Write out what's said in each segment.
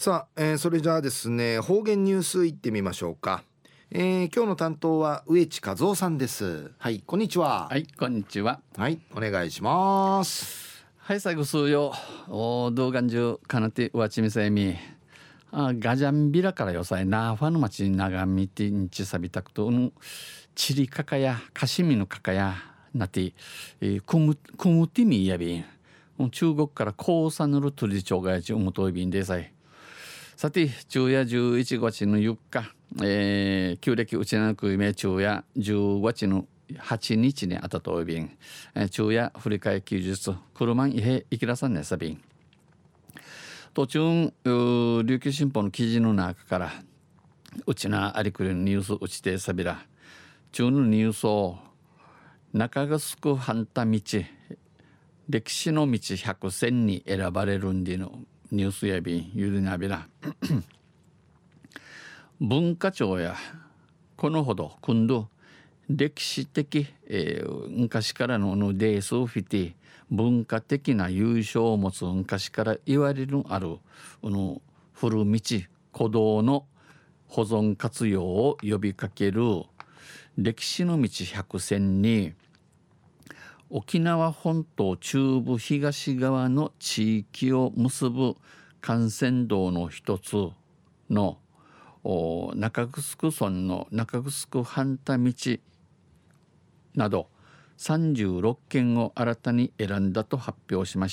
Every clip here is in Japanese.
さあ、それじゃあですね、方言ニュースいってみましょうか。今日の担当は植地和夫さんです。はい、こんにちは。 はい、こんにちは。 はい、お願いします。 はい、最後数よ。動画中かなてわちみさえみ。ガジャンビラからよさえなファの町に長みてんちさびたくとチリカカやカシミのカカやなて、クムティミやびん。中国から黄砂ぬる鳥り町がやちうむといびんでさえ。さて、昼夜11月の4日、旧暦うちなくめ昼夜10月の8日にあたといびん、昼夜振り替え休日、車にいきらさんねさびん。途中、琉球新報の記事の中から、うちなありくりのニュースうちてさびら、中のニュースを、中がすくはんた道、歴史の道100選に選ばれるんでのニュースやびん、ゆるなびら。文化庁や、このほど、今度、歴史的、昔からのデースをフィティ文化的な優勝を持つ昔から言われるある古道古道の保存活用を呼びかける歴史の道100選に沖縄本島中部東側の地域を結ぶ幹線道の一つの中城村の中城半田道など36件を新たに選んだと発表しました。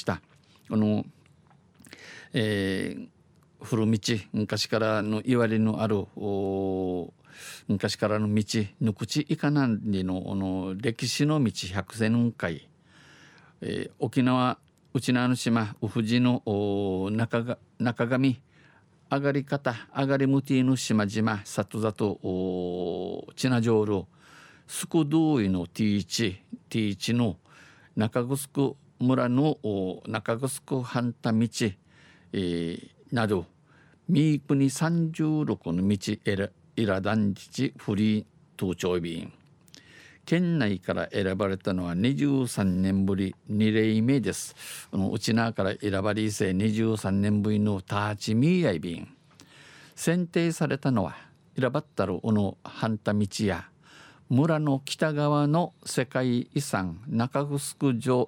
古道昔からの言われのある昔からの道抜くちいかなんでの歴史の道百選会、沖縄内縄の島ウフジの中上上がり方上がりむてぃの島々里里チナジョールスクドゥイのティーチの中城村の中城半田道、など三国36の道イラダンジフリー東町便県内から選ばれたのは23年ぶり2例目です。うちなから選ばれせ23年ぶりのターチミーヤイ便選定されたのは選ばったる半田道や村の北側の世界遺産中城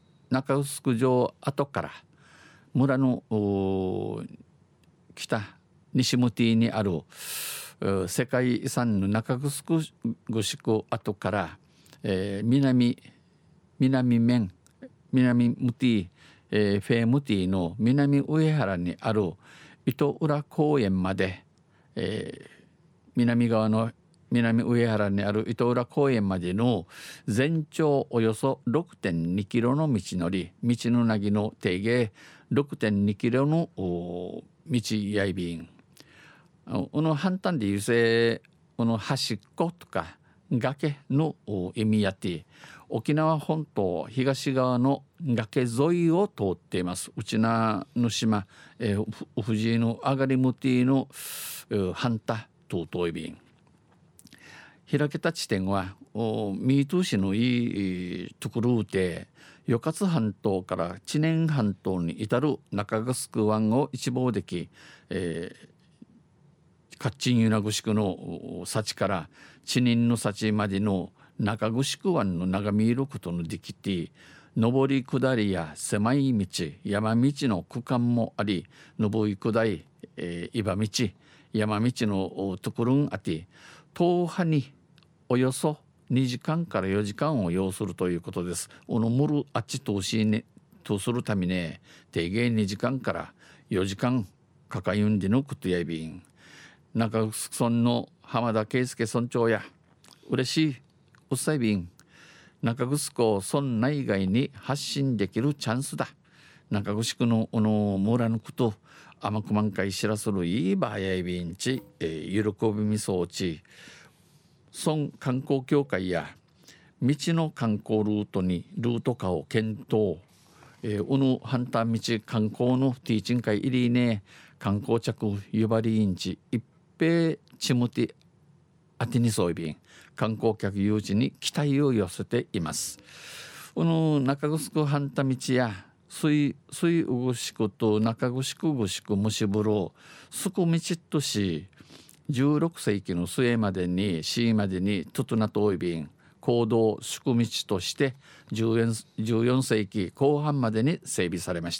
跡から村の北西向きにある世界遺産の中城跡から、南面南ムティ、フェームティの南上原にある糸浦公園まで、南側の南上原にある糸浦公園までの全長およそ 6.2 キロの道のり道のなぎの定芸 6.2 キロの道やいびん反対でいうせ端っことか崖の意味やって沖縄本島東側の崖沿いを通っています。うちなの島、藤井の上がりむての反対とういびん開けた地点はミート市のいいところで与勝半島から知念半島に至る中城湾を一望でき、カッチンユナグシクの幸から知念の幸までの中城湾の眺めることのできて上り下りや狭い道山道の区間もあり上り下り、岩道山道のところにあって東波におよそ2時間から4時間を要するということです。むるあっち通しに通するために定芸2時間から4時間かかゆんでのくとやびん中城村の浜田圭介村長や嬉しいうっさいびん中城村内外に発信できるチャンスだ。中城の村のこと甘く満開知らするいいばやいびんち、喜びみそうち村観光協会や道の観光ルート化を検討、ハンター道観光のティーチン会入りね観光着ゆばりインチ一平チムティアティニソイビン観光客誘致に期待を寄せています。中城ハンタ道や水うぐしくと中ぐしくぐしくむしぶろすくみちっとし16世紀の末までに死までにトゥトナトイビン行動宿道として14世紀後半までに整備されました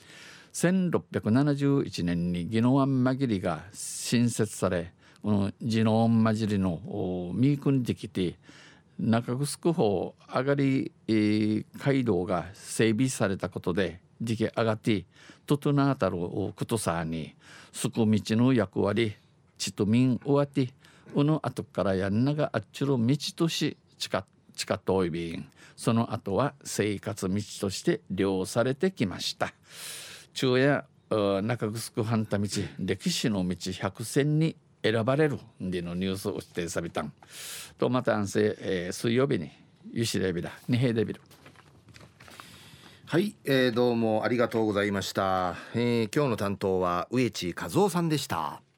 。1671年に宜野湾まぎりが新設され、宜野湾まじりのミークにできて中城方上がり街道が整備されたことで出来上がってトトナータルことさにすく道の役割ちとみん終わって後からやんながあっちゅる道とし近っといびんその後は生活道として利用されてきました。昼夜中城半田道歴史の道100選に選ばれるでのニュースを指定されたんとまた水曜日にユシレビだ二平デビル。 はい、どうもありがとうございました。今日の担当は植地和夫さんでした。